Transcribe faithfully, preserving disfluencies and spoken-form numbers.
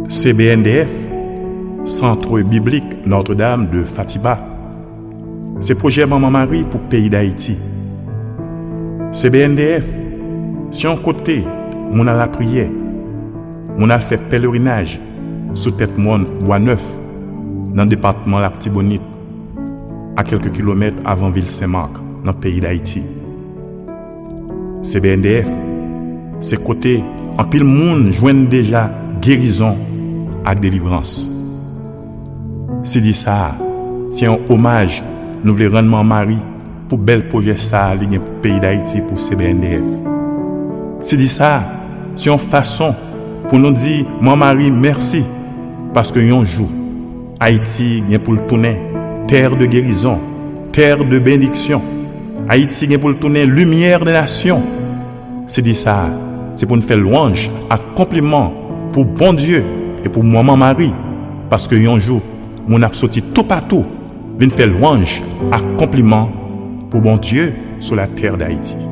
C B N D F, Centre biblique Notre-Dame de Fatima. C'est projet Maman Marie pour le pays d'Haïti. C B N D F, si on côté, on a la prière, on a fait pèlerinage sous tête monde Bois Neuf, dans le département Lartibonite, à quelques kilomètres avant Ville Saint-Marc, dans le pays d'Haïti. C B N D F, c'est côté, en pile monde joignent déjà guérison à délivrance. C'est dit ça, c'est un hommage, nous voulons rendre Maman Marie pour bel projet ça, pour le pays d'Haïti, pour C B N D F. C'est dit ça, c'est une façon pour nous dire, Maman Marie, merci, parce que un jour, Haïti vient pour le tourner, terre de guérison, terre de bénédiction. Haïti vient pour le tourner, lumière des nations. C'est dit ça, c'est pour nous faire louange, accomplissement pour bon Dieu et pour Maman Marie, parce que un jour, mon a sorti tout partout, vient faire louange, accomplissement pour bon Dieu sur la terre d'Haïti.